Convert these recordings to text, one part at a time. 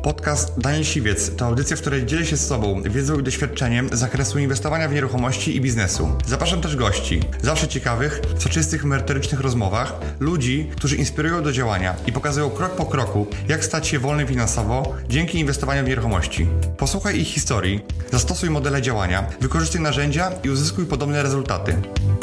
Podcast Daniel Siwiec to audycja, w której dzielę się z Tobą wiedzą i doświadczeniem z zakresu inwestowania w nieruchomości i biznesu. Zapraszam też gości, zawsze ciekawych, w soczystych, merytorycznych rozmowach, ludzi, którzy inspirują do działania i pokazują krok po kroku, jak stać się wolnym finansowo dzięki inwestowaniu w nieruchomości. Posłuchaj ich historii, zastosuj modele działania, wykorzystuj narzędzia i uzyskuj podobne rezultaty.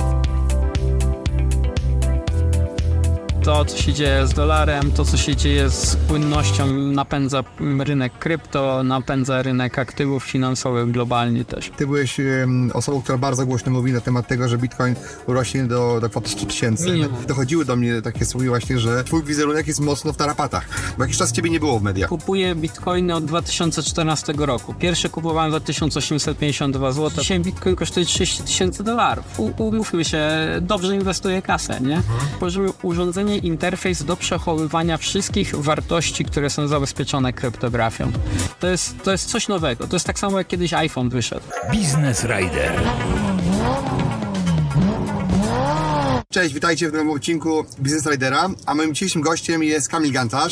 To, co się dzieje z dolarem, to, co się dzieje z płynnością, napędza rynek krypto, napędza rynek aktywów finansowych globalnie też. Ty byłeś osobą, która bardzo głośno mówi na temat tego, że Bitcoin urośnie do kwoty 100 000. Dochodziły do mnie takie słowa właśnie, że twój wizerunek jest mocno w tarapatach, bo jakiś czas ciebie nie było w mediach. Kupuję bitcoiny od 2014 roku. Pierwszy kupowałem za 1852 zł. Dzisiaj bitcoin kosztuje $30,000. Umówmy się, dobrze inwestuję kasę, nie? Tworzymy urządzenie, interfejs do przechowywania wszystkich wartości, które są zabezpieczone kryptografią. To jest coś nowego. To jest tak samo, jak kiedyś iPhone wyszedł. Business Rider. Cześć, witajcie w nowym odcinku Business Ridera, a moim dzisiejszym gościem jest Kamil Gancarz.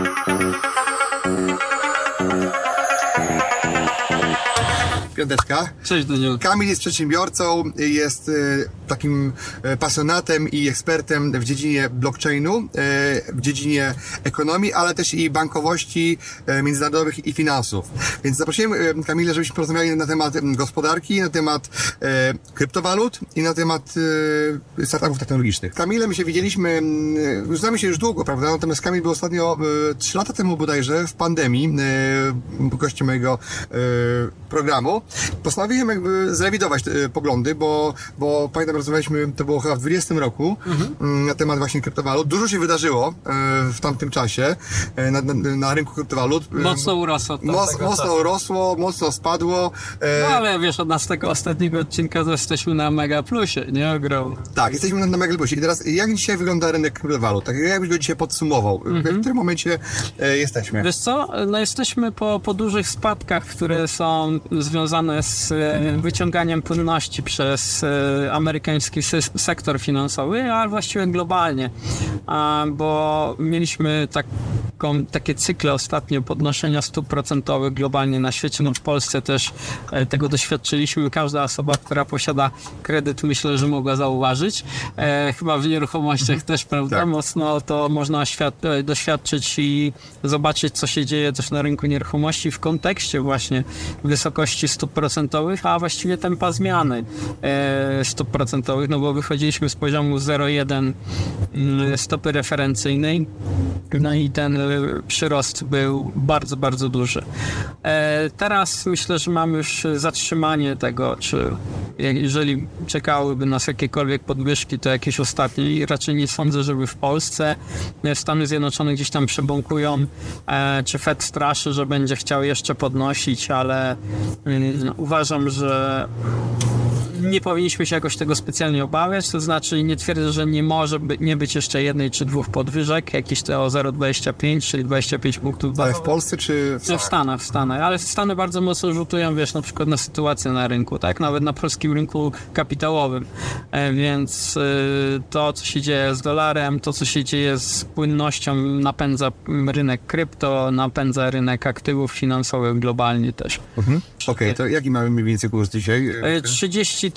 Piąteczka. Cześć, Daniel. Kamil jest przedsiębiorcą, jest takim pasjonatem i ekspertem w dziedzinie blockchainu, w dziedzinie ekonomii, ale też i bankowości międzynarodowych i finansów. Więc zaprosiłem Kamila, żebyśmy porozmawiali na temat gospodarki, na temat kryptowalut i na temat startupów technologicznych. Kamilem my się widzieliśmy, już znamy się już długo, prawda? Natomiast Kamil był ostatnio 3 lata temu bodajże w pandemii gościem mojego programu. Postanowiłem jakby zrewidować te poglądy, bo pamiętam, rozmawialiśmy, to było chyba w 2020 roku na temat właśnie kryptowalut. Dużo się wydarzyło w tamtym czasie na rynku kryptowalut. Mocno urosło. Mocno urosło, mocno spadło. No ale wiesz, od nas tego ostatniego odcinka to jesteśmy na Mega Plusie, nie? Ogromnie. Tak, jesteśmy na Mega Plusie. I teraz jak dzisiaj wygląda rynek kryptowalut? Tak, jak byś go dzisiaj podsumował? W którym momencie jesteśmy? Wiesz co? No jesteśmy po dużych spadkach, które są związane z wyciąganiem płynności przez amerykański sektor finansowy, ale właściwie globalnie, bo mieliśmy takie cykle ostatnio podnoszenia stóp procentowych globalnie na świecie, no w Polsce też tego doświadczyliśmy. Każda osoba, która posiada kredyt, myślę, że mogła zauważyć. Chyba w nieruchomościach też, prawda? Tak. Mocno to można doświadczyć i zobaczyć, co się dzieje też na rynku nieruchomości w kontekście właśnie wysokości stóp procentowych, a właściwie tempa zmiany stóp procentowych, no bo wychodziliśmy z poziomu 0,1 stopy referencyjnej, no i ten przyrost był bardzo, bardzo duży. Teraz myślę, że mamy już zatrzymanie tego, czy jeżeli czekałyby nas jakiekolwiek podwyżki, to jakieś ostatnie i raczej nie sądzę, żeby w Polsce Stany Zjednoczone gdzieś tam przebąkują, czy Fed straszy, że będzie chciał jeszcze podnosić, ale uważam, że nie powinniśmy się jakoś tego specjalnie obawiać, to znaczy nie twierdzę, że nie może nie być jeszcze jednej czy dwóch podwyżek, jakieś te o 0,25, czyli 25 punktów. Ale w Polsce czy w Stanach? W Stanach, ale Stany bardzo mocno rzutują, wiesz, na przykład na sytuację na rynku, tak? Nawet na polskim rynku kapitałowym. Więc to, co się dzieje z dolarem, to, co się dzieje z płynnością, napędza rynek krypto, napędza rynek aktywów finansowych globalnie też. Okej, to jaki mamy mniej więcej kurs dzisiaj? 30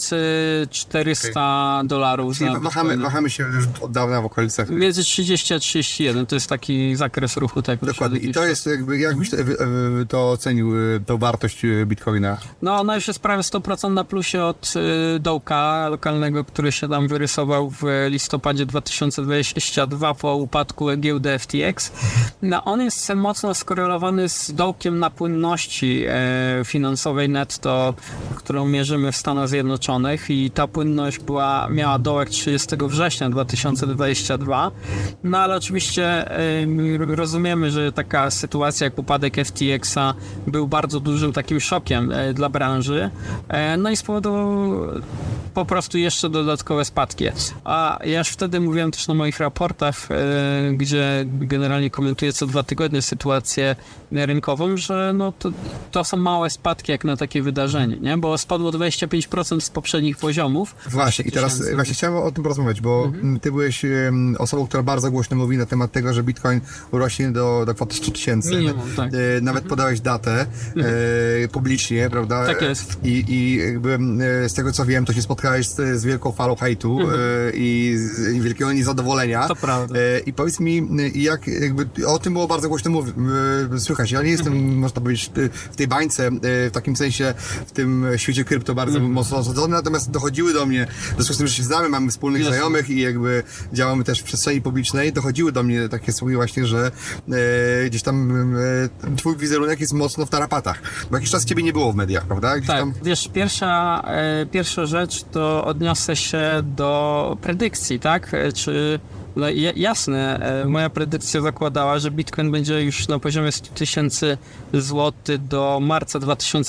400 dolarów. Wahamy się już od dawna w okolicach. Między 30 a 31 to jest taki zakres ruchu tego. Dokładnie. I to jest jakby, jak byś to ocenił, tą wartość Bitcoina? No ona już jest prawie 100% na plusie od dołka lokalnego, który się tam wyrysował w listopadzie 2022 po upadku giełdy FTX. No on jest mocno skorelowany z dołkiem na płynności finansowej netto, którą mierzymy w Stanach Zjednoczonych i ta płynność miała dołek 30 września 2022. No ale oczywiście rozumiemy, że taka sytuacja jak upadek FTX-a był bardzo dużym takim szokiem dla branży. No i spowodował po prostu jeszcze dodatkowe spadki. A ja już wtedy mówiłem też na moich raportach, gdzie generalnie komentuję co 2 tygodnie sytuację rynkową, że no to są małe spadki jak na takie wydarzenie, nie? Bo spadło 25% 30% z poprzednich poziomów. Właśnie, i teraz właśnie chciałem o tym porozmawiać, bo ty byłeś osobą, która bardzo głośno mówi na temat tego, że Bitcoin urośnie do kwoty 100 000. Minimum, tak. Nawet podałeś datę publicznie, prawda? Tak jest. I jakby z tego co wiem, to się spotkałeś z wielką falą hejtu i wielkiego niezadowolenia. To prawda. I powiedz mi, jak jakby o tym było bardzo głośno słychać. Ja nie jestem, można powiedzieć, w tej bańce, w takim sensie, w tym świecie krypto bardzo mocno osadzony, natomiast dochodziły do mnie, w związku z tym, że się znamy, mamy wspólnych znajomych i jakby działamy też w przestrzeni publicznej, dochodziły do mnie takie słowa właśnie, że gdzieś tam twój wizerunek jest mocno w tarapatach. Bo jakiś czas ciebie nie było w mediach, prawda? Gdzieś tak, tam... wiesz, pierwsza rzecz to odniosę się do predykcji, tak? Czy no jasne, moja predykcja zakładała, że Bitcoin będzie już na poziomie 100 000 złotych do marca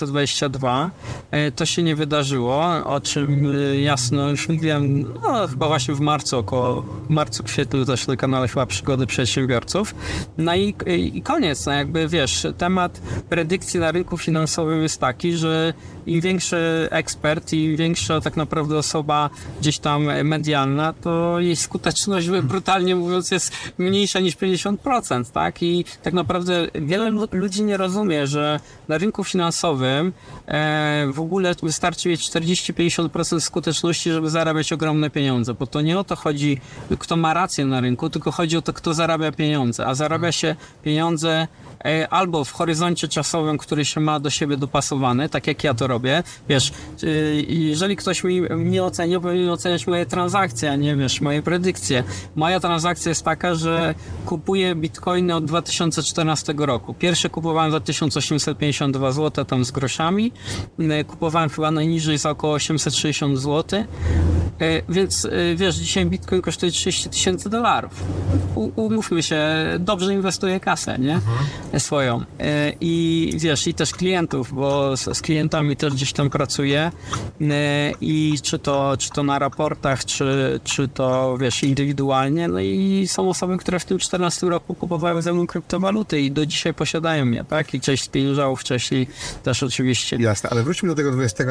2022. To się nie wydarzyło, o czym jasno już mówiłem, no chyba właśnie w marcu, około kwietniu też na kanale chyba Przygody Przedsiębiorców. No i koniec, no jakby wiesz, temat predykcji na rynku finansowym jest taki, że im większy ekspert i im większa tak naprawdę osoba gdzieś tam medialna, to jej skuteczność brutalnie mówiąc jest mniejsza niż 50%, tak? I tak naprawdę wiele ludzi nie rozumie, że na rynku finansowym w ogóle wystarczy mieć 40-50% skuteczności, żeby zarabiać ogromne pieniądze, bo to nie o to chodzi, kto ma rację na rynku, tylko chodzi o to, kto zarabia pieniądze, a zarabia się pieniądze albo w horyzoncie czasowym, który się ma do siebie dopasowany, tak jak ja to robię. Wiesz, jeżeli ktoś mnie ocenia, powinien oceniać moje transakcje, a nie, wiesz, moje predykcje. Moja transakcja jest taka, że kupuję bitcoiny od 2014 roku. Pierwsze kupowałem za 1852 zł, tam z groszami. Kupowałem chyba najniżej za około 860 zł. Więc wiesz, dzisiaj bitcoin kosztuje $30,000. Umówmy się, dobrze inwestuję kasę, nie? Swoją. I wiesz, i też klientów, bo z klientami też gdzieś tam pracuję i czy to na raportach, czy to wiesz, indywidualnie, no i są osoby, które w tym 14 roku kupowały ze mną kryptowaluty i do dzisiaj posiadają je, tak? I część pieniążał wcześniej też oczywiście. Jasne, ale wróćmy do tego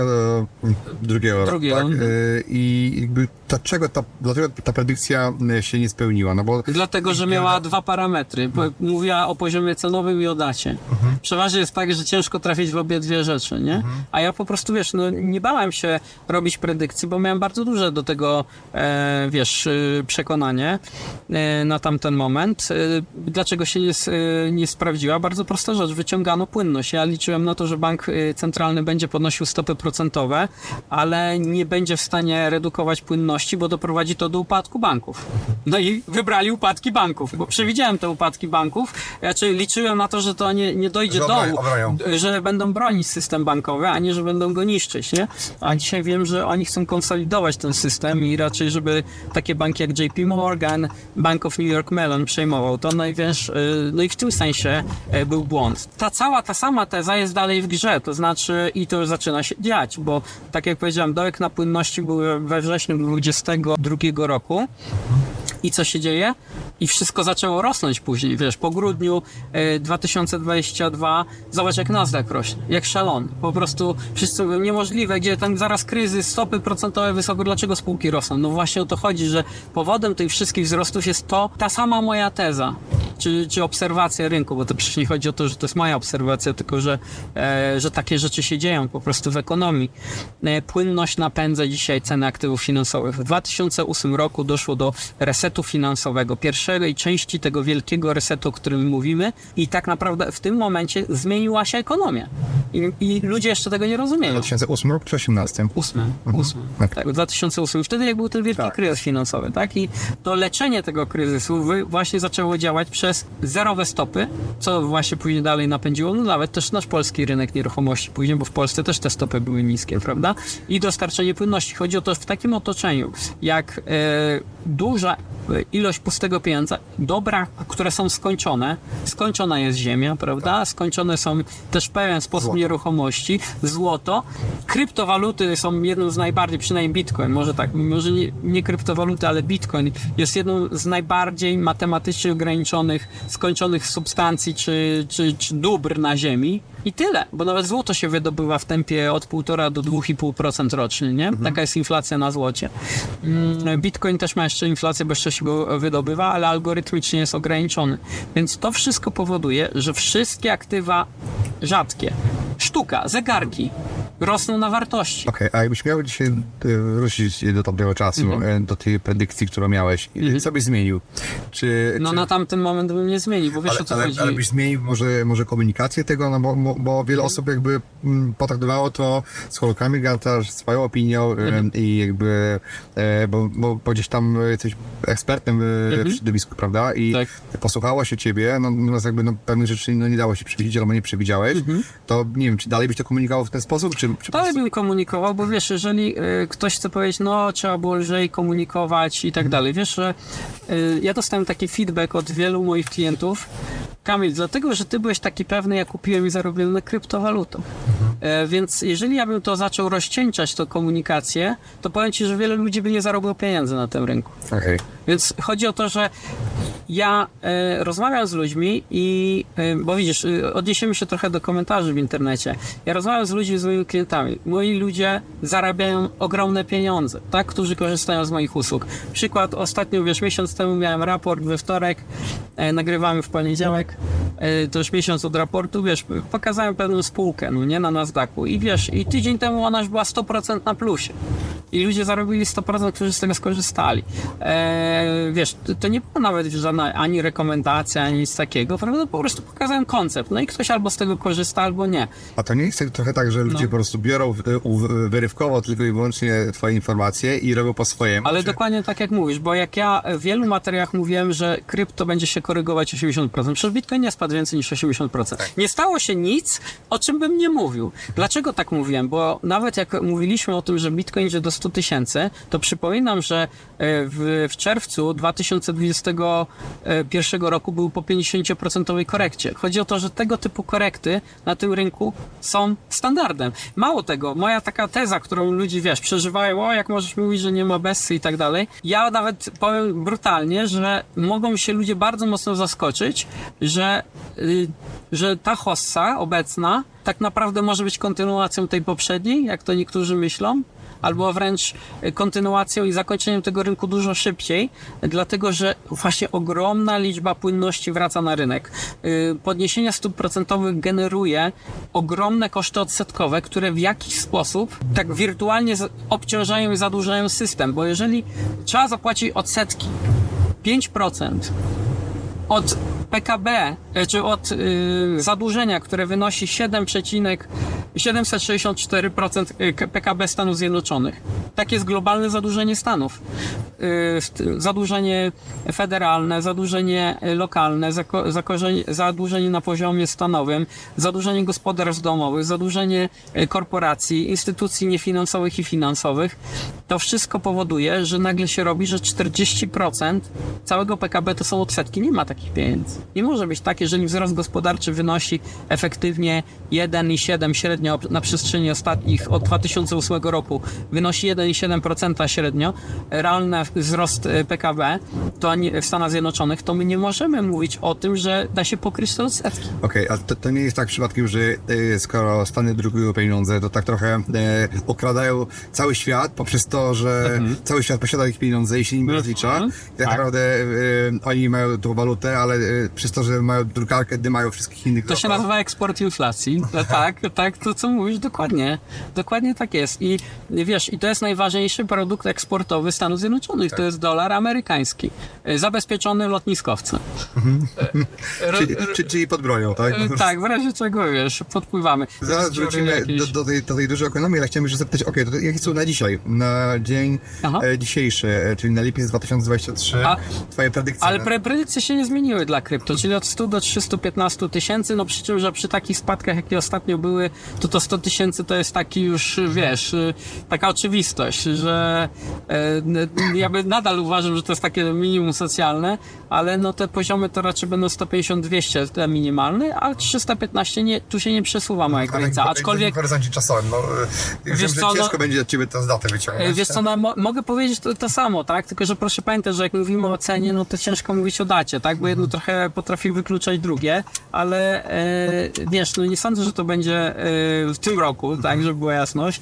22 roku, tak? I jakby dlaczego ta predykcja się nie spełniła? No bo... Dlatego, że miała dwa parametry. Mówiła o poziomie cenowym i o dacie. Przeważnie jest tak, że ciężko trafić w obie rzeczy, nie? A ja po prostu, wiesz, no nie bałem się robić predykcji, bo miałem bardzo duże do tego, wiesz, przekonanie na tamten moment. Dlaczego się nie sprawdziła? Bardzo prosta rzecz. Wyciągano płynność. Ja liczyłem na to, że bank centralny będzie podnosił stopy procentowe, ale nie będzie w stanie redukować płynności, bo doprowadzi to do upadku banków. No i wybrali upadki banków, bo przewidziałem te upadki banków. Znaczy liczyłem na to, że to nie dojdzie do dołu, że będą bronić system bankowy, a nie, że będą go niszczyć, nie? A dzisiaj wiem, że oni chcą konsolidować ten system i raczej, żeby takie banki jak JP Morgan, Bank of New York Mellon przejmował to, no i wiesz, no i w tym sensie był błąd. Ta sama teza jest dalej w grze, to znaczy i to już zaczyna się dziać, bo tak jak powiedziałem, dołek na płynności był we wrześniu 2022 roku. I co się dzieje? I wszystko zaczęło rosnąć później, wiesz, po grudniu 2022, zobacz jak Nasdaq rośnie, jak szalony. Po prostu wszystko niemożliwe, gdzie tam zaraz kryzys, stopy procentowe wysoko, dlaczego spółki rosną? No właśnie o to chodzi, że powodem tych wszystkich wzrostów jest ta sama moja teza, czy obserwacja rynku, bo to przecież nie chodzi o to, że to jest moja obserwacja, tylko że takie rzeczy się dzieją po prostu w ekonomii. Płynność napędza dzisiaj ceny aktywów finansowych. W 2008 roku doszło do resetu finansowego, pierwszej części tego wielkiego resetu, o którym mówimy i tak naprawdę w tym momencie zmieniła się ekonomia. I ludzie jeszcze tego nie rozumieją. 2008 rok czy 2018? 8. Tak, w 2008. Wtedy jak był ten wielki kryzys finansowy, tak? I to leczenie tego kryzysu właśnie zaczęło działać przez zerowe stopy, co właśnie później dalej napędziło, no nawet też nasz polski rynek nieruchomości później, bo w Polsce też te stopy były niskie, prawda? I dostarczenie płynności. Chodzi o to, w takim otoczeniu, jak duża ilość pustego pieniądza, dobra, które są skończone, skończona jest ziemia, prawda? Skończone są też w pewien sposób nieruchomości, złoto. Kryptowaluty są jedną z najbardziej, przynajmniej Bitcoin, może tak, może nie kryptowaluty, ale Bitcoin jest jedną z najbardziej matematycznie ograniczonych skończonych substancji czy dóbr na ziemi i tyle, bo nawet złoto się wydobywa w tempie od 1,5 do 2,5% rocznie, nie? Taka jest inflacja na złocie. Bitcoin też ma jeszcze inflację, bo jeszcze się go wydobywa, ale algorytmicznie jest ograniczony. Więc to wszystko powoduje, że wszystkie aktywa rzadkie, sztuka, zegarki, rosną na wartości. Okej, a jakbyś miał dzisiaj wrócić do tamtego czasu, do tej predykcji, którą miałeś, co byś zmienił? No na tamten moment bym nie zmienił, bo wiesz o co chodzi. Ale byś zmienił może komunikację tego, no bo wiele osób jakby potraktowało to z Holokami Ganta swoją opinią i jakby, bo gdzieś tam jesteś ekspertem w środowisku, prawda? I posłuchało się ciebie, no jakby pewnych rzeczy nie dało się przewidzieć, albo nie przewidziałeś, to nie wiem, czy dalej byś to komunikował w ten sposób, czy dalej bym komunikował, bo wiesz, jeżeli ktoś chce powiedzieć, no trzeba było lżej komunikować i tak dalej, wiesz, że ja dostałem taki feedback od wielu moich klientów, Kamil, dlatego, że ty byłeś taki pewny, ja kupiłem i zarobiłem na kryptowalutą. Więc jeżeli ja bym to zaczął rozcieńczać, tą komunikację, to powiem ci, że wiele ludzi by nie zarobiło pieniędzy na tym rynku. Okay. Więc chodzi o to, że ja rozmawiam z ludźmi i, bo widzisz, odniesiemy się trochę do komentarzy w internecie. Ja rozmawiam z ludźmi, z moimi klientami. Moi ludzie zarabiają ogromne pieniądze, tak, którzy korzystają z moich usług. Przykład, ostatnio, wiesz, miesiąc temu miałem raport we wtorek, nagrywamy w poniedziałek, to już miesiąc od raportu, wiesz, pokazałem pewną spółkę, no nie, na Nasdaqu i wiesz, i tydzień temu ona już była 100% na plusie. I ludzie zarobili 100%, którzy z tego skorzystali. Wiesz, to nie była nawet żadna ani rekomendacja, ani nic takiego, prawda? Po prostu pokazałem koncept. No i ktoś albo z tego korzysta, albo nie. A to nie jest trochę tak, że ludzie po prostu biorą wyrywkowo tylko i wyłącznie twoje informacje i robią po swojemu? Ale dokładnie tak jak mówisz, bo jak ja w wielu materiałach mówiłem, że krypto będzie się korygować 80%, przecież Bitcoin nie spadł więcej niż 80%. Nie stało się nic, o czym bym nie mówił. Dlaczego tak mówiłem? Bo nawet jak mówiliśmy o tym, że Bitcoin idzie do 100 000, to przypominam, że w czerwcu 2021 roku był po 50% korekcie. Chodzi o to, że tego typu korekty na tym rynku są standardem. Mało tego, moja taka teza, którą ludzie, wiesz, przeżywają, o jak możesz mówić, że nie ma bessy i tak dalej, ja nawet powiem brutalnie, że mogą się ludzie bardzo mocno zaskoczyć, że ta hossa obecna tak naprawdę może być kontynuacją tej poprzedniej, jak to niektórzy myślą, albo wręcz kontynuacją i zakończeniem tego rynku dużo szybciej, dlatego że właśnie ogromna liczba płynności wraca na rynek. Podniesienia stóp procentowych generuje ogromne koszty odsetkowe, które w jakiś sposób tak wirtualnie obciążają i zadłużają system, bo jeżeli trzeba zapłacić odsetki 5% od PKB, czy od zadłużenia, które wynosi 764% PKB Stanów Zjednoczonych. Tak jest globalne zadłużenie Stanów. Zadłużenie federalne, zadłużenie lokalne, zadłużenie na poziomie stanowym, zadłużenie gospodarstw domowych, zadłużenie korporacji, instytucji niefinansowych i finansowych. To wszystko powoduje, że nagle się robi, że 40% całego PKB to są odsetki. Nie ma takich pieniędzy. Nie może być tak, jeżeli wzrost gospodarczy wynosi efektywnie 1,7 średnio na przestrzeni ostatnich, od 2008 roku wynosi 1,7% średnio, realny wzrost PKB to w Stanach Zjednoczonych, to my nie możemy mówić o tym, że da się pokryć te odsetki. Okej, a to nie jest tak przypadkiem, że skoro Stany drukują pieniądze, to tak trochę okradają cały świat poprzez to, że cały świat posiada ich pieniądze i się nim rozlicza. I tak naprawdę oni mają tą walutę, ale przez to, że mają drukarkę, mają wszystkich innych. To się nazywa eksport inflacji. Tak, to co mówisz, dokładnie. Dokładnie tak jest. I wiesz, i to jest najważniejszy produkt eksportowy Stanów Zjednoczonych. Tak. To jest dolar amerykański. Zabezpieczony lotniskowcem. Czyli pod bronią, tak? Tak, w razie czego, wiesz, podpływamy. Zaraz wrócimy do tej dużej ekonomii, ale chciałem jeszcze zapytać, to jakie są na dzisiaj, na dzień dzisiejszy, czyli na lipiec 2023, twoje predykcje? Ale predykcje się nie zmieniły dla krypto, czyli od 100 do 315 tysięcy, no przy czym, że przy takich spadkach, jakie ostatnio były, to 100 tysięcy to jest taki już, wiesz, taka oczywistość, że ja nadal uważam, że to jest takie minimum socjalne, ale no te poziomy to raczej będą 150-200 te minimalne, a 315 tu się nie przesuwa moja granica, aczkolwiek... W horyzoncie czasowym, wiem, że ciężko będzie od ciebie tę datę wyciągnąć. Wiesz co, mogę powiedzieć to samo, tak? Tylko, że proszę pamiętać, że jak mówimy o cenie, no to ciężko mówić o dacie, tak? Bo jedno trochę potrafi wykluczać drugie, ale wiesz, no nie sądzę, że to będzie w tym roku, tak? Żeby była jasność.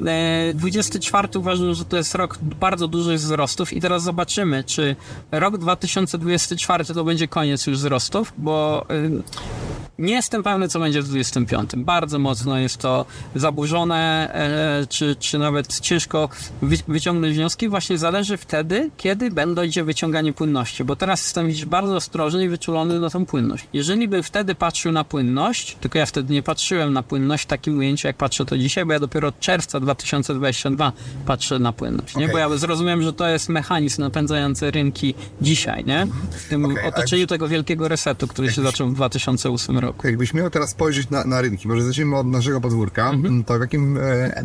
24 uważam, że to jest rok bardzo dużych wzrostów i teraz zobaczymy, czy rok 2024 to będzie koniec już wzrostów, bo nie jestem pewny, co będzie w 25. Bardzo mocno jest to zaburzone, czy nawet ciężko wyciągnąć wnioski. Właśnie zależy wtedy, kiedy będzie wyciąganie płynności, bo teraz jestem bardzo ostrożny i wyczulony na tą płynność. Jeżeli bym wtedy patrzył na płynność, tylko ja wtedy nie patrzyłem na płynność w takim ujęciu, jak patrzę to dzisiaj, bo ja dopiero od czerwca 2022 patrzę na płynność, nie? Bo ja zrozumiem, że to jest mechanizm napędzający rynki dzisiaj, nie? W tym otoczeniu tego wielkiego resetu, który się zaczął w 2008 roku. Jakbyś miał teraz spojrzeć na rynki, może zacznijmy od naszego podwórka, to w jakim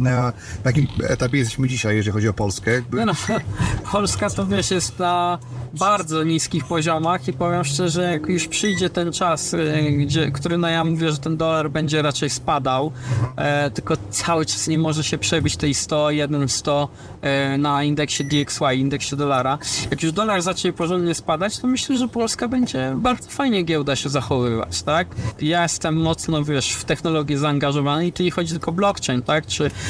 etapie jesteśmy dzisiaj, jeżeli chodzi o Polskę? Polska to wiesz, jest na bardzo niskich poziomach i powiem szczerze, jak już przyjdzie ten czas, który ja mówię, że ten dolar będzie raczej spadał, tylko cały czas nie może się przebić tej 100 na indeksie DXY, indeksie dolara. Jak już dolar zacznie porządnie spadać, to myślę, że Polska będzie bardzo fajnie giełda się zachowywać, tak? Ja jestem mocno, wiesz, w technologię zaangażowany i tu nie chodzi tylko o blockchain, tak?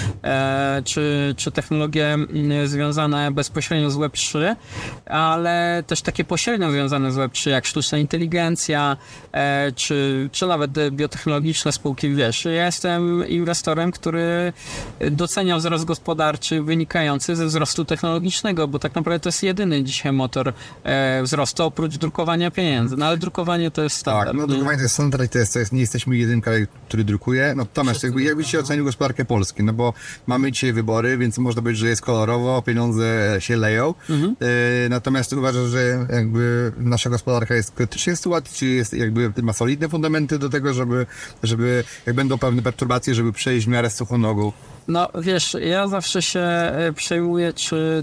Czy technologie związane bezpośrednio z Web3, ale też takie pośrednio związane z Web3, jak sztuczna inteligencja, czy nawet biotechnologiczne spółki, wiesz. Ja jestem inwestorem, który docenia wzrost gospodarczy wynikający ze wzrostu technologicznego, bo tak naprawdę to jest jedyny dzisiaj motor wzrostu, oprócz drukowania pieniędzy. No ale drukowanie to jest standard. Tak, no drukowanie to jest standard i to jest, nie jesteśmy jedynym krajem, który drukuje. Natomiast jakbyś się ocenił gospodarkę Polski, no bo mamy dzisiaj wybory, więc można powiedzieć, że jest kolorowo, pieniądze się leją. Natomiast uważasz, że jakby nasza gospodarka jest w krytycznej sytuacji, czy jest jakby ma solidne fundamenty do tego, żeby jak będą pewne perturbacje, żeby przejść w miarę suchą nogą? No wiesz, ja zawsze się przejmuję, czy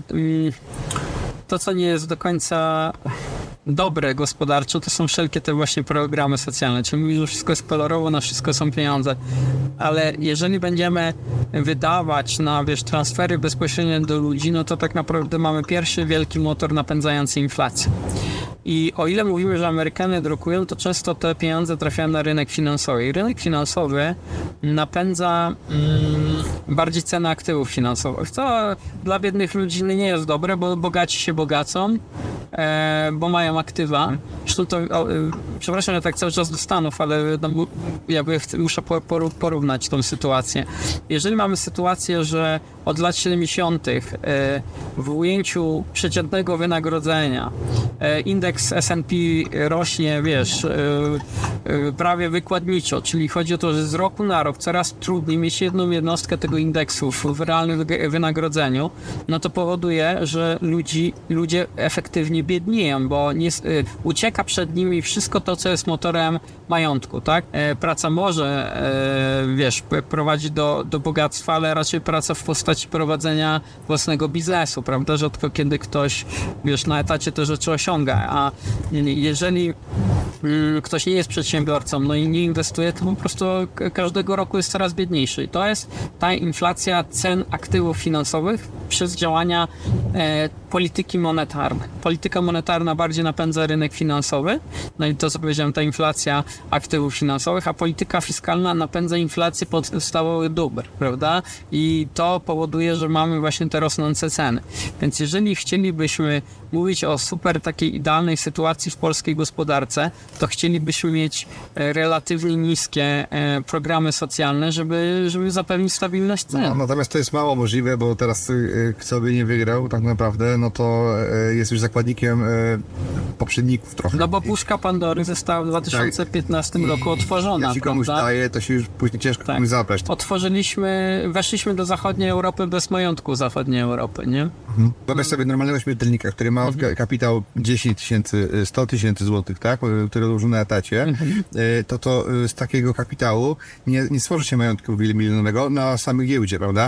to, co nie jest do końca dobre gospodarczo, to są wszelkie te właśnie programy socjalne. Czyli mówisz, że wszystko jest kolorowo, na wszystko są pieniądze. Ale jeżeli będziemy wydawać na, wiesz, transfery bezpośrednie do ludzi, no to tak naprawdę mamy pierwszy wielki motor napędzający inflację. I o ile mówimy, że Amerykanie drukują, to często te pieniądze trafiają na rynek finansowy. I rynek finansowy napędza bardziej cenę aktywów finansowych, co dla biednych ludzi nie jest dobre, bo bogaci się bogacą, bo mają aktywa. Zresztą to, przepraszam, że tak cały czas do Stanów, ale muszę porównać tą sytuację. Jeżeli mamy sytuację, że od lat 70. W ujęciu przeciętnego wynagrodzenia indeks S&P rośnie, wiesz, prawie wykładniczo, czyli chodzi o to, że z roku na rok coraz trudniej mieć jedną jednostkę tego indeksu w realnym wynagrodzeniu, no to powoduje, że ludzie efektywnie biednieją, bo ucieka przed nimi wszystko to, co jest motorem majątku, tak? Praca może, wiesz, prowadzić do bogactwa, ale raczej praca w postaci prowadzenia własnego biznesu, prawda? Rzadko kiedy ktoś, wiesz, na etacie te rzeczy osiąga, a jeżeli ktoś nie jest przedsiębiorcą, no i nie inwestuje, to po prostu każdego roku jest coraz biedniejszy. I to jest ta inflacja cen aktywów finansowych przez działania polityki monetarnej. Polityka monetarna bardziej napędza rynek finansowy, no i to, co powiedziałem, ta inflacja aktywów finansowych, a polityka fiskalna napędza inflację podstawowych dóbr, prawda? I to powoduje, że mamy właśnie te rosnące ceny. Więc jeżeli chcielibyśmy mówić o super takiej idealnej sytuacji w polskiej gospodarce, to chcielibyśmy mieć relatywnie niskie programy socjalne, żeby zapewnić stabilność cen. No, natomiast to jest mało możliwe, bo teraz kto by nie wygrał tak naprawdę, no to jest już zakładnikiem poprzedników trochę. No bo puszka Pandory została w 2015 roku otworzona, jeśli komuś prawda? daje, to się już później ciężko komuś zabrać. Weszliśmy do zachodniej Europy bez majątku zachodniej Europy, nie? Wyobraź sobie normalnego śmiertelnika, który ma kapitał 10 tysięcy, 100 tysięcy złotych, tak? Który dłuży na etacie, to z takiego kapitału nie stworzy się majątku milionowego na samej giełdzie, prawda?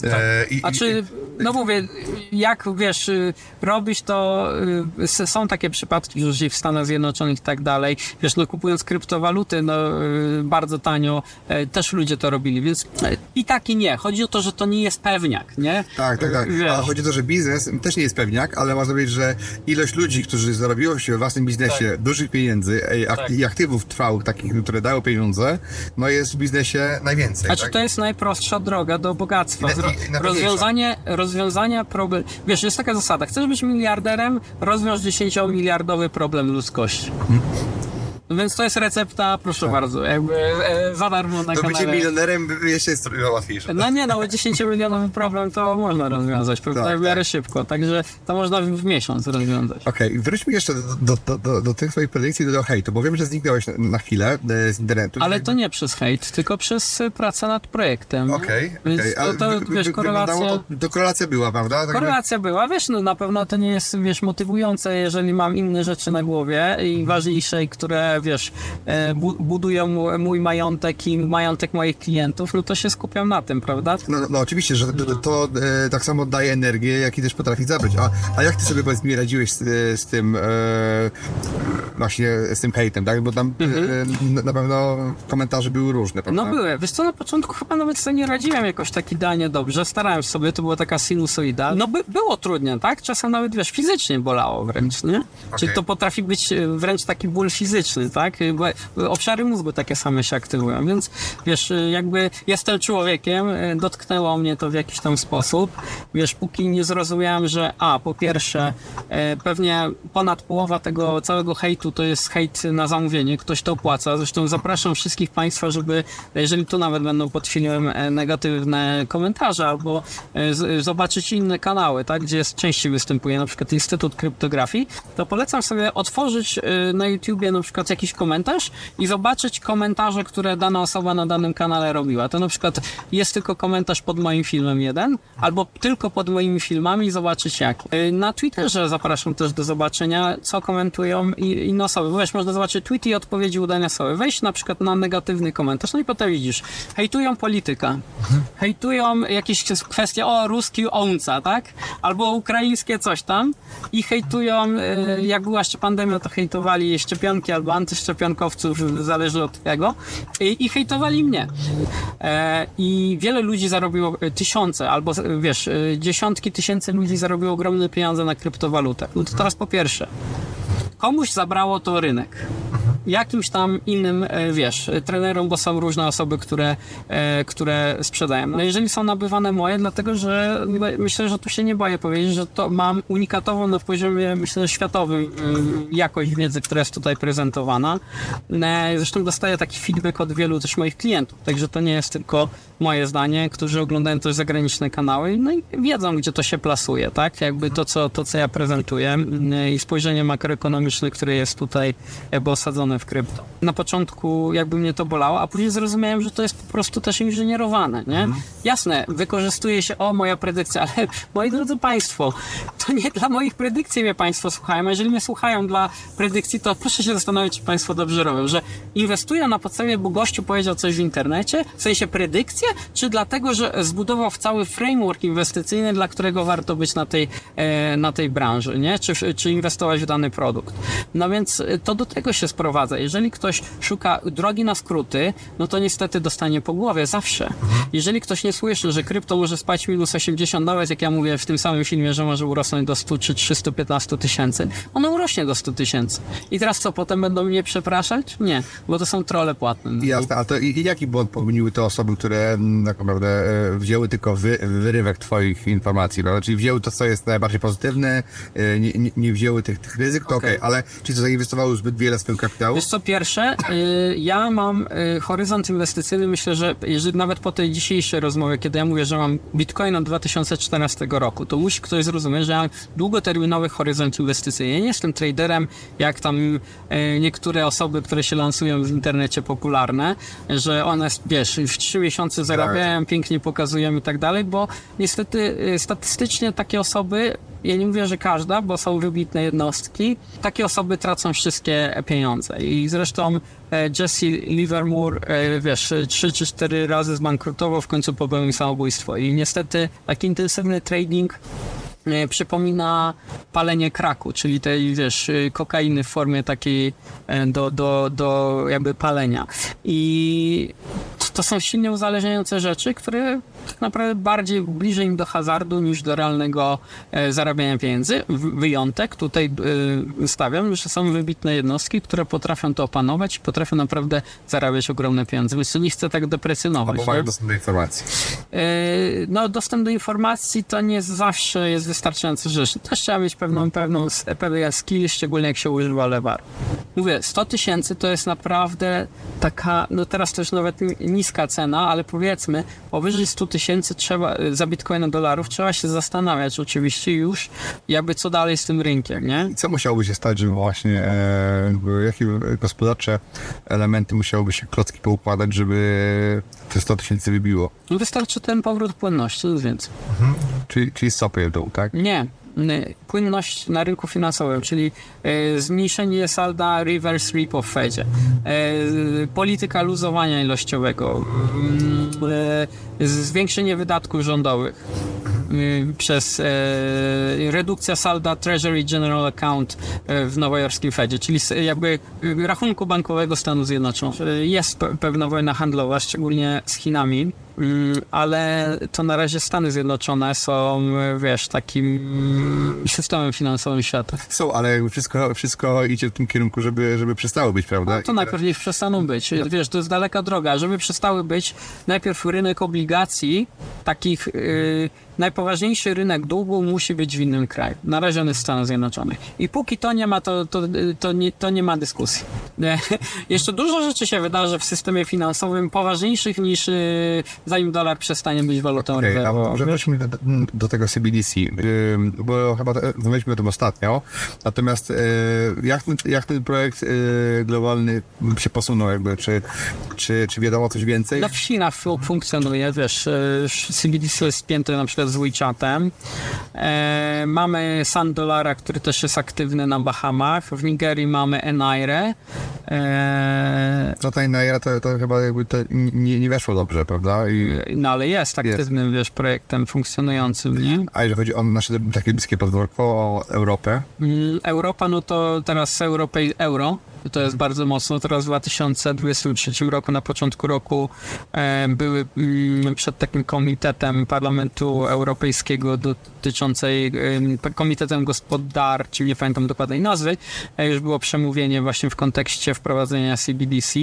No mówię, jak wiesz, robisz to, są takie przypadki już w Stanach Zjednoczonych i tak dalej, wiesz, no kupując kryptowaluty, no bardzo tanio, też ludzie to robili, więc i tak i nie. Chodzi o to, że to nie jest pewniak, nie? Tak. A chodzi o to, że biznes też nie jest pewniak, ale można powiedzieć, że ilość ludzi, którzy zarobiło się w własnym biznesie dużych pieniędzy i aktywów trwałych, takich, które dają pieniądze, no jest w biznesie najwięcej. Znaczy to jest najprostsza droga do bogactwa. Rozwiązania problem. Wiesz, jest taka zasada, chcesz być miliarderem, rozwiąż 10-miliardowy problem ludzkości. No więc to jest recepta, proszę bardzo, jakby za darmo na kanale. Bycie milionerem jeszcze jest łatwiejsze. No nie, no 10-milionowy problem to można rozwiązać, w miarę szybko, także to można w miesiąc rozwiązać. Okej, wróćmy jeszcze do tych swoich predykcji, do hejtu, bo wiem, że zniknąłeś na chwilę z internetu. Ale to nie przez hejt, tylko przez pracę nad projektem. Więc wiesz, korelacja była, prawda? Korelacja była, wiesz, no na pewno to nie jest, wiesz, motywujące, jeżeli mam inne rzeczy na głowie i ważniejsze, które, wiesz, budują mój majątek i majątek moich klientów, no to się skupiam na tym, prawda? No oczywiście, że to tak samo daje energię, jak i też potrafi zabrać. A jak ty sobie, powiedz mi, radziłeś z tym właśnie z tym hejtem, tak? Bo tam na pewno komentarze były różne, prawda? No były. Wiesz co, na początku chyba nawet sobie nie radziłem jakoś tak idealnie dobrze. Starałem się sobie, to była taka sinusoida. No było trudnie, tak? Czasem nawet, wiesz, fizycznie bolało wręcz, nie? Czyli to potrafi być wręcz taki ból fizyczny, tak? Bo obszary mózgu takie same się aktywują, więc wiesz, jakby jestem człowiekiem, dotknęło mnie to w jakiś tam sposób. Wiesz, póki nie zrozumiałem, że po pierwsze, pewnie ponad połowa tego całego hejtu to jest hejt na zamówienie, ktoś to opłaca. Zresztą zapraszam wszystkich Państwa, żeby, jeżeli tu nawet będą pod filmem negatywne komentarze, albo zobaczyć inne kanały, tak, gdzie częściej występuje na przykład Instytut Kryptografii, to polecam sobie otworzyć na YouTubie na przykład jakiś komentarz i zobaczyć komentarze, które dana osoba na danym kanale robiła. To na przykład jest tylko komentarz pod moim filmem jeden, albo tylko pod moimi filmami i zobaczyć jak. Na Twitterze zapraszam też do zobaczenia, co komentują inne osoby. Bo wiesz, można zobaczyć tweety i odpowiedzi udania osoby. Wejść na przykład na negatywny komentarz, no i potem widzisz, hejtują polityka, hejtują jakieś kwestie, ruski ounca, tak? Albo ukraińskie coś tam i hejtują, jak była jeszcze pandemia, to hejtowali szczepionki albo antyszczepionkowców, zależy od tego, i hejtowali mnie. I wiele ludzi zarobiło tysiące, albo wiesz, dziesiątki tysięcy ludzi zarobiło ogromne pieniądze na kryptowalutach. No to teraz po pierwsze, komuś zabrało to rynek. Jakimś tam innym, wiesz, trenerom, bo są różne osoby, które sprzedają. No jeżeli są nabywane moje, dlatego że myślę, że tu się nie boję powiedzieć, że to mam unikatową na poziomie, myślę, światowym jakość wiedzy, która jest tutaj prezentowana. Zresztą dostaję taki feedback od wielu też moich klientów, także to nie jest tylko moje zdanie, którzy oglądają też zagraniczne kanały, no i wiedzą, gdzie to się plasuje, tak? Jakby to, co ja prezentuję i spojrzenie makroekonomiczne, które jest tutaj osadzone w krypto. Na początku jakby mnie to bolało, a później zrozumiałem, że to jest po prostu też inżynierowane, nie? Jasne, wykorzystuje się, moja predykcja, ale moi drodzy Państwo, to nie dla moich predykcji mnie Państwo słuchają, a jeżeli mnie słuchają dla predykcji, to proszę się zastanowić, czy Państwo dobrze robią, że inwestuję na podstawie, bo gościu powiedział coś w internecie, w sensie predykcję, czy dlatego, że zbudował cały framework inwestycyjny, dla którego warto być na tej branży, nie? Czy inwestować w dany produkt. No więc to do tego się sprowadza. Jeżeli ktoś szuka drogi na skróty, no to niestety dostanie po głowie zawsze. Jeżeli ktoś nie słyszy, że krypto może spać minus 80, nawet jak ja mówię w tym samym filmie, że może urosnąć urosnąć do 100 czy 315 tysięcy, ono urośnie do 100 tysięcy. I teraz co, potem będą mnie przepraszać? Nie, bo to są trolle płatne. Jasne, a to jaki błąd popełniły te osoby, które tak naprawdę wzięły tylko wyrywek twoich informacji, no? Czyli wzięły to, co jest najbardziej pozytywne, nie wzięły tych ryzyk, to okej, ale czy to zainwestowały zbyt wiele swojego kapitału? Wiesz co, pierwsze, ja mam horyzont inwestycyjny, myślę, że jeżeli nawet po tej dzisiejszej rozmowie, kiedy ja mówię, że mam Bitcoin od 2014 roku, to musi ktoś zrozumieć, że ja mam długoterminowy horyzont inwestycyjny. Ja nie jestem traderem, jak tam niektóre osoby, które się lansują w internecie popularne, że one, wiesz, w 3 miesiące zarabiają, pięknie pokazują i tak dalej, bo niestety statystycznie takie osoby, ja nie mówię, że każda, bo są wybitne jednostki, takie osoby tracą wszystkie pieniądze. I zresztą Jesse Livermore, wiesz, 3 czy 4 razy zbankrutował, w końcu popełnił samobójstwo. I niestety taki intensywny trading przypomina palenie kraku, czyli tej, wiesz, kokainy w formie takiej do jakby palenia. I to są silnie uzależniające rzeczy, które tak naprawdę bardziej bliżej im do hazardu niż do realnego zarabiania pieniędzy. Wyjątek tutaj stawiam, że są wybitne jednostki, które potrafią to opanować i potrafią naprawdę zarabiać ogromne pieniądze, więc nie chcę tak deprecjonować. Albo mają dostęp do informacji. No, dostęp do informacji to nie zawsze jest wystarczająca rzecz. Też trzeba mieć pewien skill, szczególnie jak się używa lewaru. Mówię, 100 tysięcy to jest naprawdę taka, no teraz to już nawet niska cena, ale powiedzmy, powyżej 100 tysięcy trzeba, za bitcoina dolarów trzeba się zastanawiać oczywiście już, jakby co dalej z tym rynkiem, nie? I co musiałoby się stać, żeby właśnie, jakie gospodarcze elementy musiałoby się klocki poukładać, żeby te 100 tysięcy wybiło? No wystarczy ten powrót płynności, nic więcej. Czyli stopy dół, tak? Nie. Płynność na rynku finansowym, czyli zmniejszenie salda reverse repo w Fedzie, polityka luzowania ilościowego, zwiększenie wydatków rządowych przez redukcja salda Treasury General Account w nowojorskiej Fedzie, czyli jakby rachunku bankowego Stanów Zjednoczonych. Jest pewna wojna handlowa, szczególnie z Chinami, ale to na razie Stany Zjednoczone są, wiesz, takim systemem finansowym świata. Są, ale wszystko idzie w tym kierunku, żeby przestało być, prawda? No to najpierw niech przestaną być. Wiesz, to jest daleka droga. Żeby przestały być, najpierw rynek obligacji, takich najpoważniejszy rynek długu musi być w innym kraju. Na razie on jest w Stanach Zjednoczonych. I póki to nie ma, to nie ma dyskusji. Jeszcze dużo rzeczy się wydarzy w systemie finansowym poważniejszych niż zanim dolar przestanie być walutą rezerwową. Może wróćmy do tego CBDC, bo chyba rozmawialiśmy o tym ostatnio. Natomiast jak ten projekt globalny się posunął? Jakby, czy wiadomo coś więcej? No w Chinach funkcjonuje, wiesz, CBDC jest spięty na przykład z WeChatem. Mamy Sand Dolara, który też jest aktywny na Bahamach. W Nigerii mamy Enaire. No ta Enaira to chyba jakby to nie weszło dobrze, prawda? No ale jest aktywnym, wiesz, projektem funkcjonującym, nie? A jeżeli chodzi o nasze takie bliskie podwórko, o Europę? Europa, no to teraz euro. To jest bardzo mocno. Teraz w 2023 roku, na początku roku były przed takim komitetem Parlamentu Europejskiego komitetem gospodarczym, nie pamiętam dokładnej nazwy, już było przemówienie właśnie w kontekście wprowadzenia CBDC.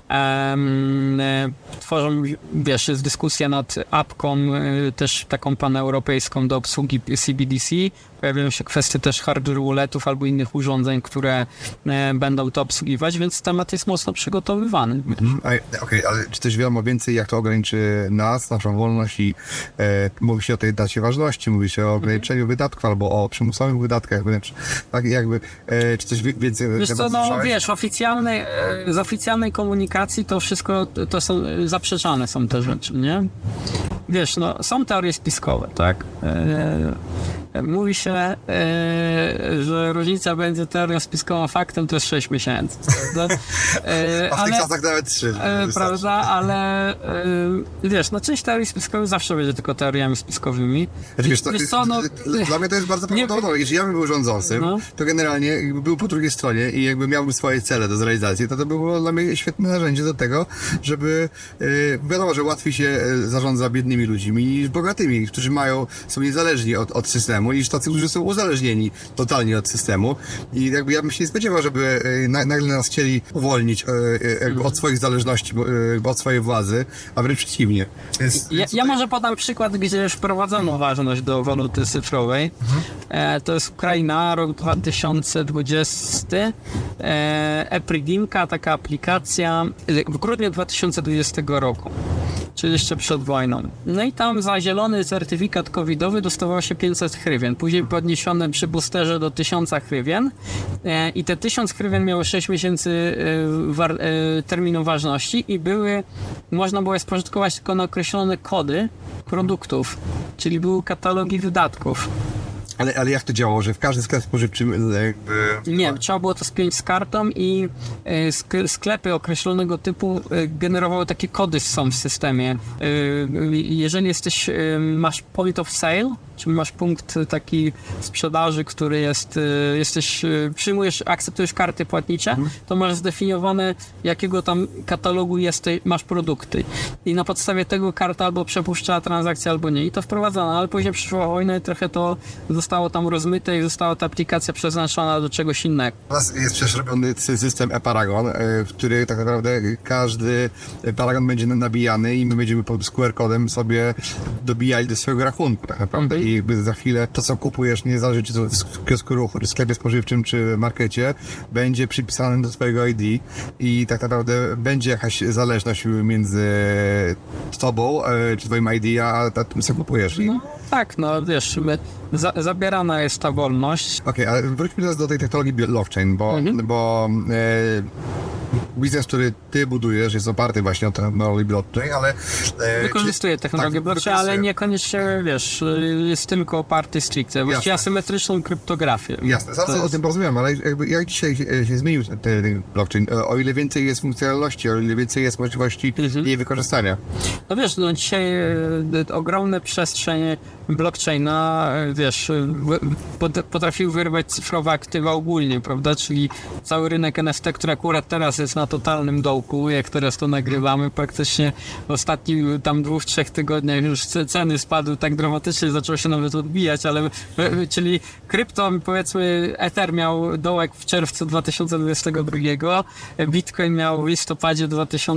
Tworzą, wiesz, jest dyskusja nad apką też taką paneuropejską do obsługi CBDC. Pojawiają się kwestie też hardware walletów albo innych urządzeń, które będą to obsługiwać, więc temat jest mocno przygotowywany. Okej, ale czy też wiadomo więcej, jak to ograniczy nas, naszą wolność i mówi się o tej dacie ważności, mówi się o ograniczeniu wydatków albo o przymusowych wydatkach wręcz. Tak jakby, czy coś więcej... Wiesz co, no wiesz, z oficjalnej komunikacji to wszystko, to są zaprzeczane są te rzeczy, nie? Wiesz, no są teorie spiskowe, tak? Mówi się, że różnica między teorią spiskową a faktem to jest 6 miesięcy. A w tych czasach nawet 3. Prawda, ale wiesz, no część teorii spiskowych zawsze będzie tylko teoriami spiskowymi. Wiesz co, no, dla mnie to jest bardzo prawdopodobne. Jeśli ja bym był rządzącym, to generalnie jakby był po drugiej stronie i jakby miałbym swoje cele do zrealizacji, to by było dla mnie świetne narzędzie do tego, żeby wiadomo, że łatwiej się zarządza biednymi ludźmi niż bogatymi, którzy są niezależni od systemu systemu i tacy, którzy są uzależnieni totalnie od systemu i jakby ja bym się nie spodziewał, żeby nagle nas chcieli uwolnić jakby od swoich zależności, od swojej władzy, a wręcz przeciwnie. Ja może podam przykład, gdzie już wprowadzono ważność do waluty cyfrowej. To jest Ukraina, rok 2020. ePredeemka, taka aplikacja w grudniu 2020 roku, czyli jeszcze przed wojną. No i tam za zielony certyfikat covidowy dostawało się 500 hrywien. Później podniesione przy boosterze do 1000 hrywien i te 1000 hrywien miało 6 miesięcy terminu ważności i można było je spożytkować tylko na określone kody produktów, czyli były katalogi wydatków. Ale jak to działało, że w każdym sklepie spożywczym jakby... Nie, trzeba było to spiąć z kartą i sklepy określonego typu generowały takie kody, są w systemie. Jeżeli masz point of sale, czyli masz punkt taki sprzedaży, który akceptujesz karty płatnicze, to masz zdefiniowane, jakiego tam katalogu masz produkty. I na podstawie tego karta albo przepuszczała transakcję, albo nie. I to wprowadzono, ale później przyszła wojna i trochę to zostało tam rozmyte i została ta aplikacja przeznaczona do czegoś innego. U nas jest przecież robiony system e-Paragon, w który tak naprawdę każdy paragon będzie nabijany i my będziemy pod QR-kodem sobie dobijali do swojego rachunku tak naprawdę. I jakby za chwilę to, co kupujesz, niezależnie czy to w kiosku ruchu, w sklepie spożywczym, czy markecie, będzie przypisane do twojego ID i tak naprawdę będzie jakaś zależność między tobą, czy twoim ID, a tym, co kupujesz. No tak, no wiesz, zabierana jest ta wolność. Okej, ale wróćmy teraz do tej technologii blockchain, bo biznes, który ty budujesz, jest oparty właśnie o technologię blockchain, ale... Wykorzystuje technologię blockchain, ale niekoniecznie, wiesz, jest tylko oparty stricte. Właściwie asymetryczną kryptografię. Jasne, zaraz o tym porozmawiam, ale jakby jak dzisiaj się zmienił ten blockchain? O ile więcej jest funkcjonalności, o ile więcej jest możliwości jej wykorzystania? No wiesz, dzisiaj ogromne przestrzenie blockchaina, wiesz, potrafił wyrwać cyfrowe aktywa ogólnie, prawda? Czyli cały rynek NFT, który akurat teraz jest na totalnym dołku, jak teraz to nagrywamy, praktycznie w ostatnich tam 2-3 tygodniach już ceny spadły tak dramatycznie, zaczęło się nawet odbijać, ale czyli krypto, powiedzmy, Ether miał dołek w czerwcu 2022, Bitcoin miał w listopadzie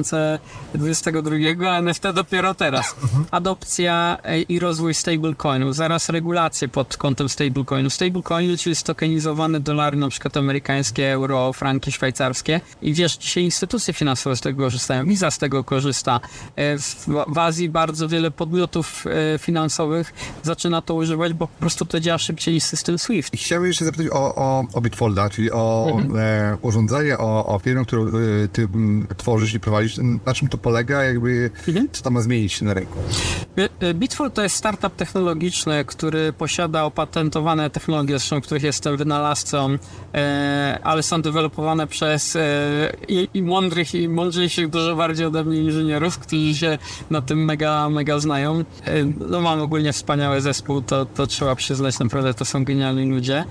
2022, a NFT dopiero teraz. Adopcja i rozwój stablecoinów, zaraz regulacje pod kątem stablecoinów. Stablecoiny, czyli stokenizowane dolary, na przykład amerykańskie, euro, franki szwajcarskie. I wiesz, dzisiaj instytucje finansowe z tego korzystają, Visa z tego korzysta. W Azji bardzo wiele podmiotów finansowych zaczyna to używać, bo po prostu to działa szybciej niż system SWIFT. Chciałbym jeszcze zapytać o Bitfolda, czyli o urządzenie, o firmę, którą ty tworzysz i prowadzisz. Na czym to polega? Jakby co to ma zmienić się na rynku? Bitfold to jest startup technologiczny, który posiada opatentowane technologie, zresztą których jestem wynalazcą, ale są dewelopowane przez i mądrych, i mądrzejszych dużo bardziej ode mnie inżynierów, którzy się na tym mega znają. No mam ogólnie wspaniały zespół, to trzeba przyznać, naprawdę to są genialni ludzie.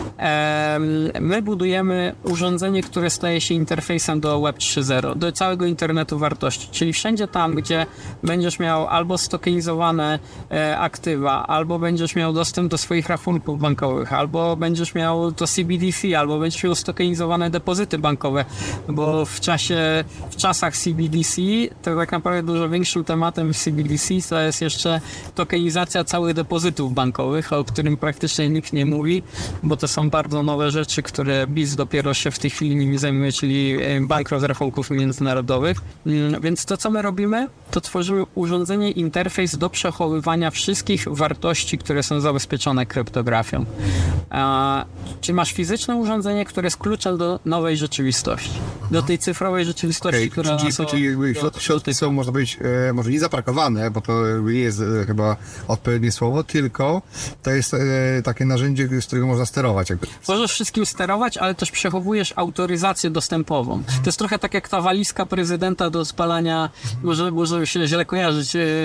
My budujemy urządzenie, które staje się interfejsem do Web 3.0, do całego internetu wartości, czyli wszędzie tam, gdzie będziesz miał albo stokenizowane aktywa, albo będziesz miał dostęp do swoich rachunków bankowych, albo będziesz miał to CBDC, albo będziesz miał stokenizowane depozyty bankowe, bo w czasach CBDC to tak naprawdę dużo większym tematem w CBDC to jest jeszcze tokenizacja całych depozytów bankowych, o którym praktycznie nikt nie mówi, bo to są bardzo nowe rzeczy, które BIS dopiero się w tej chwili nimi zajmuje, czyli bank rozrachunków międzynarodowych. Więc to, co my robimy, to tworzymy urządzenie, interfejs do przechowywania wszystkich wartości, które są zabezpieczone kryptografią. Czyli masz fizyczne urządzenie, które jest kluczem do nowej rzeczywistości. Do tej cyfrowej rzeczywistości, która czyli jakby środki są, można powiedzieć, może nie zaparkowane, bo to jest chyba odpowiednie słowo, tylko to jest takie narzędzie, z którego można sterować. Jakby. Możesz wszystkim sterować, ale też przechowujesz autoryzację dostępową. To jest trochę tak jak ta walizka prezydenta do spalania, może się źle kojarzyć,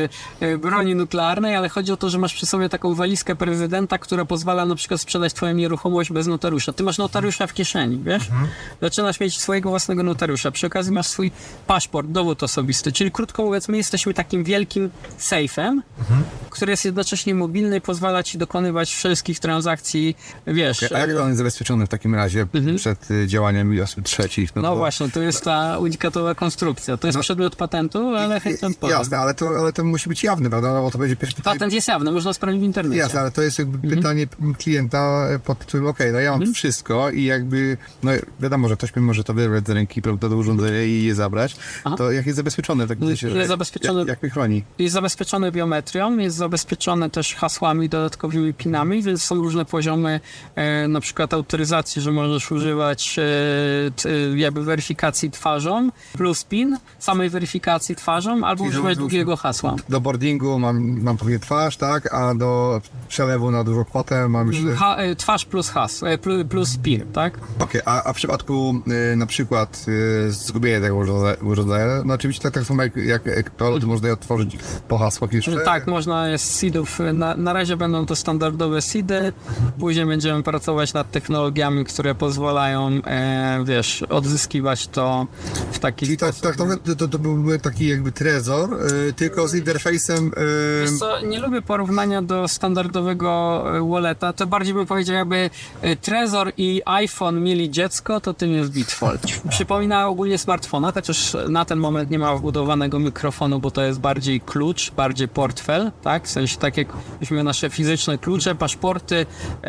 broni nuklearnej, ale chodzi o to, że masz przy sobie taką walizkę prezydenta, która pozwala na przykład sprzedać twoją nieruchomość bez notariusza. Ty masz notariusza w kieszeni, wiesz? Zaczynasz mieć swojego własnego notariusza. Przy okazji masz swój paszport, dowód osobisty. Czyli krótko mówiąc, my jesteśmy takim wielkim sejfem, który jest jednocześnie mobilny i pozwala ci dokonywać wszystkich transakcji, wiesz. A jak on jest zabezpieczony w takim razie przed działaniami osób trzecich? No właśnie, to jest ta unikatowa konstrukcja. To jest przedmiot patentu, ale chętnie powiem. Jasne, ale to musi być jawne, prawda? No, bo to będzie pierwsze pytanie. Patent jest jawny, można sprawdzić w internecie. Jasne, ale to jest jakby pytanie klienta pod tytułem, no ja mam wszystko i jakby, no wiadomo, że ktoś mi może to wybrać z ręki, prawda, do urządzenia i je zabrać, to jak jest zabezpieczone w takim sensie, jest zabezpieczone, jak mnie chroni? Jest zabezpieczone biometrią, jest zabezpieczone też hasłami, dodatkowymi pinami, więc są różne poziomy na przykład autoryzacji, że możesz używać jakby weryfikacji twarzą plus PIN, samej weryfikacji twarzą, albo używać długiego hasła. Do boardingu mam pewnie twarz, tak, a do przelewu na dużą kwotę mam już... Twarz plus hasło, plus PIN, tak? Okej, a w przypadku na przykład zgubienia tego urządzenia, no oczywiście tak samo jak to można je otworzyć po hasłach jeszcze? Tak, można, jest seedów, na razie będą to standardowe seedy, później będziemy pracować nad technologiami, które pozwalają, wiesz, odzyskiwać to w taki sposób. To byłby taki jakby trezor, tylko z interfejsem... Wiesz co, nie lubię porównania do standardowego walleta, to bardziej bym powiedział, jakby Trezor i iPhone mieli dziecko, to tym jest Bitfold. Przypomina ogólnie smartfona, chociaż na ten moment nie ma wbudowanego mikrofonu, bo to jest bardziej klucz, bardziej portfel, tak? W sensie tak jak myśmy nasze fizyczne klucze, paszporty,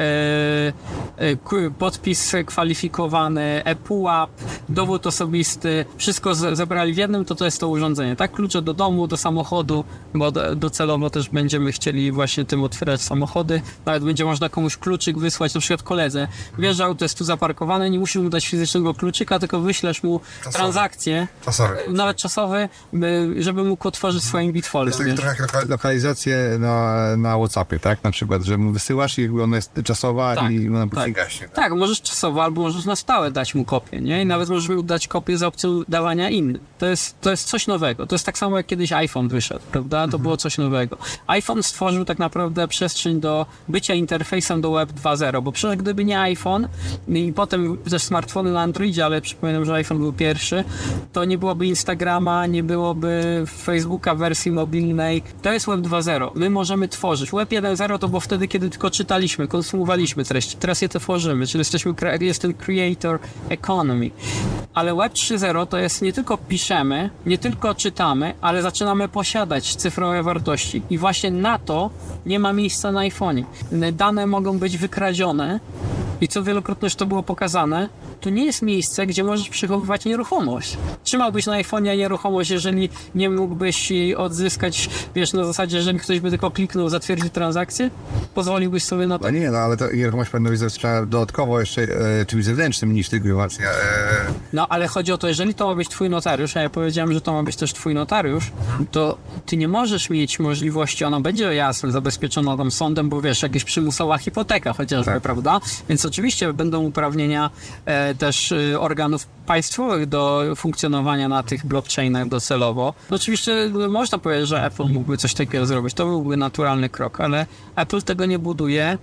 podpis kwalifikowany, ePUAP, dowód osobisty, wszystko zebrali w jednym, to jest to urządzenie, tak? Klucze do domu, do samochodu, bo docelowo też będziemy chcieli właśnie tym otwierać samochody, nawet będzie można komuś kluczyk wysłać, na przykład koledze. Wiesz, że auto jest tu zaparkowane, nie musisz mu dać fizycznego kluczyka, tylko wyślesz mu transakcję, nawet czasowy, żeby mógł otworzyć swoim Bitfoldem. To jest trochę lokalizację na WhatsAppie, tak? Na przykład, że mu wysyłasz i jakby ona jest czasowa i ona później gaśnie. Tak, możesz czasowo albo możesz na stałe dać mu kopię, nie? I nawet możesz mu dać kopię za opcją dawania innym. To jest coś nowego. To jest tak samo jak kiedyś iPhone wyszedł, prawda? To było coś nowego. iPhone stworzył tak naprawdę przestrzeń do bycia interfejsem do Web 2.0, bo przecież gdyby nie iPhone i potem też smartfony na Androidzie, ale przypominam, że iPhone był pierwszy, to nie byłoby Instagrama, nie byłoby Facebooka w wersji mobilnej. To jest Web 2.0. My możemy tworzyć. Web 1.0 to było wtedy, kiedy tylko czytaliśmy, konsumowaliśmy treści. Teraz je tworzymy, czyli jest ten creator economy. Ale Web 3.0 to jest nie tylko piszemy, nie tylko czytamy, ale zaczynamy posiadać cyfrowe wartości. I właśnie na to nie ma miejsca na iPhone'ie. Dane mogą być wykradzione i co wielokrotnie już to było pokazane, to nie jest miejsce, gdzie możesz przechowywać nieruchomość. Trzymałbyś na iPhone'ie nieruchomość, jeżeli nie mógłbyś jej odzyskać, wiesz, na zasadzie, jeżeli ktoś by tylko kliknął, zatwierdził transakcję, pozwoliłbyś sobie na to? No nie, ale to nieruchomość powinna być zabezpieczona dodatkowo jeszcze czymś zewnętrznym niż tylko właśnie. No, ale chodzi o to, jeżeli to ma być twój notariusz, a ja powiedziałem, że to ma być też twój notariusz, to ty nie możesz mieć możliwości, ona będzie jasno zabezpieczona tam sądem, bo wiesz, jakaś przymusowa hipoteka chociażby, prawda? Więc oczywiście będą uprawnienia też organów państwowych do funkcjonowania na tych blockchainach docelowo. No oczywiście można powiedzieć, że Apple mógłby coś takiego zrobić, to byłby naturalny krok, ale Apple tego nie buduje,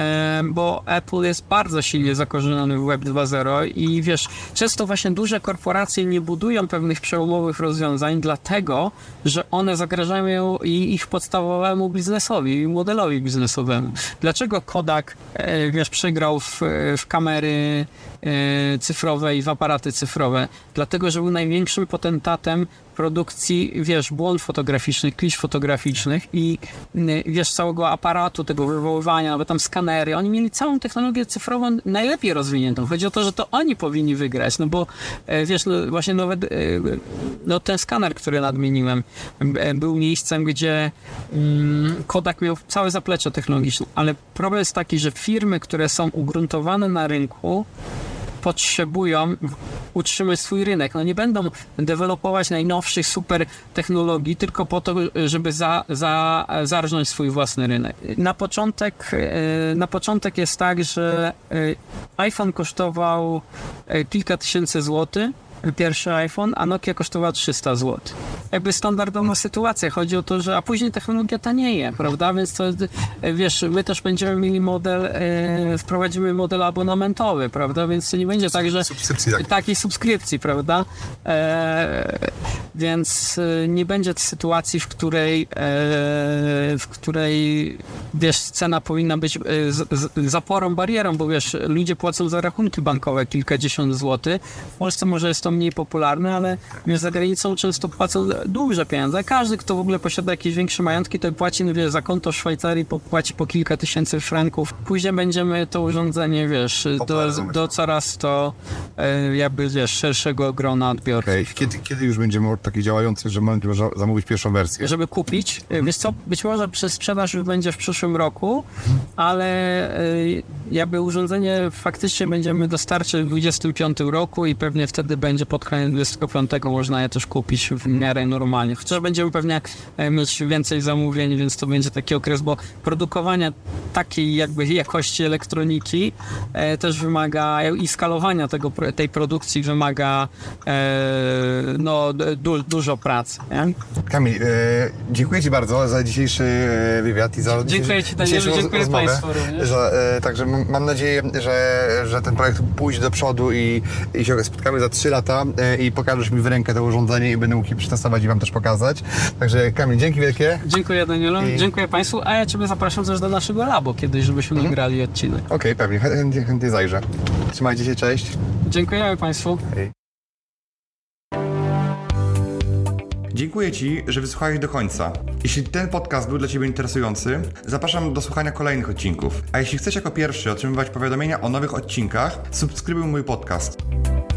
bo Apple jest bardzo silnie zakorzeniony w Web 2.0 i wiesz, często właśnie duże korporacje nie budują pewnych przełomowych rozwiązań dlatego, że one zagrażają ich podstawowemu biznesowi i modelowi biznesowemu. Dlaczego Kodak, wiesz, przegrał w kamery cyfrowe i w aparaty cyfrowe? Dlatego, że był największym potentatem produkcji, wiesz, błąd fotograficznych, klisz fotograficznych i wiesz, całego aparatu, tego wywoływania, nawet tam skanery. Oni mieli całą technologię cyfrową najlepiej rozwiniętą. Chodzi o to, że to oni powinni wygrać, no bo wiesz, no właśnie no ten skaner, który nadmieniłem, był miejscem, gdzie Kodak miał całe zaplecze technologiczne, ale problem jest taki, że firmy, które są ugruntowane na rynku, potrzebują utrzymać swój rynek. No nie będą dewelopować najnowszych super technologii tylko po to, żeby zarżnąć swój własny rynek. Na początek jest tak, że iPhone kosztował kilka tysięcy złotych, pierwszy iPhone, a Nokia kosztowała 300 zł. jakby standardowa sytuacja. Chodzi o to, że a później technologia tanieje, prawda? Więc to, wiesz, my też będziemy mieli model, wprowadzimy model abonamentowy, prawda? Więc to nie będzie tak, że Subskrypcji, tak. takiej subskrypcji, prawda? Więc nie będzie sytuacji, w której wiesz, cena powinna być zaporą, barierą, bo wiesz, ludzie płacą za rachunki bankowe kilkadziesiąt złotych. W Polsce może jest to mniej popularne, ale wiesz, za granicą często płacą duże pieniądze. Każdy, kto w ogóle posiada jakieś większe majątki, to płaci, wiesz, za konto w Szwajcarii płaci po kilka tysięcy franków. Później będziemy to urządzenie, wiesz, do coraz to jakby, wiesz, szerszego grona odbiorców. Kiedy już będziemy taki działający, że możemy zamówić pierwszą wersję? Żeby kupić, wiesz co, być może przez sprzedaż już będzie w przyszłym roku, ale jakby urządzenie faktycznie będziemy dostarczyć w 2025 roku i pewnie wtedy będzie pod koniec 2025 można je też kupić w miarę normalnie. Chociaż będziemy pewnie mieć więcej zamówień, więc to będzie taki okres, bo produkowania takiej jakby jakości elektroniki też wymaga i skalowania tej produkcji wymaga dużo pracy. Nie? Kamil, dziękuję Ci bardzo za dzisiejszy wywiad i za dziękuję Ci, Danielu, dziękuję Państwu również. Także mam nadzieję, że ten projekt pójdzie do przodu i się spotkamy za 3 lata i pokażesz mi w rękę to urządzenie i będę mógł je przetestować i Wam też pokazać. Także Kamil, dzięki wielkie. Dziękuję Danielu, dziękuję Państwu, a ja Ciebie zapraszam też do naszego labu kiedyś, żebyśmy nagrali odcinek. Okej, pewnie, chętnie zajrzę. Trzymajcie się, cześć. Dziękujemy Państwu. Hej. Dziękuję Ci, że wysłuchałeś do końca. Jeśli ten podcast był dla Ciebie interesujący, zapraszam do słuchania kolejnych odcinków. A jeśli chcesz jako pierwszy otrzymywać powiadomienia o nowych odcinkach, subskrybuj mój podcast.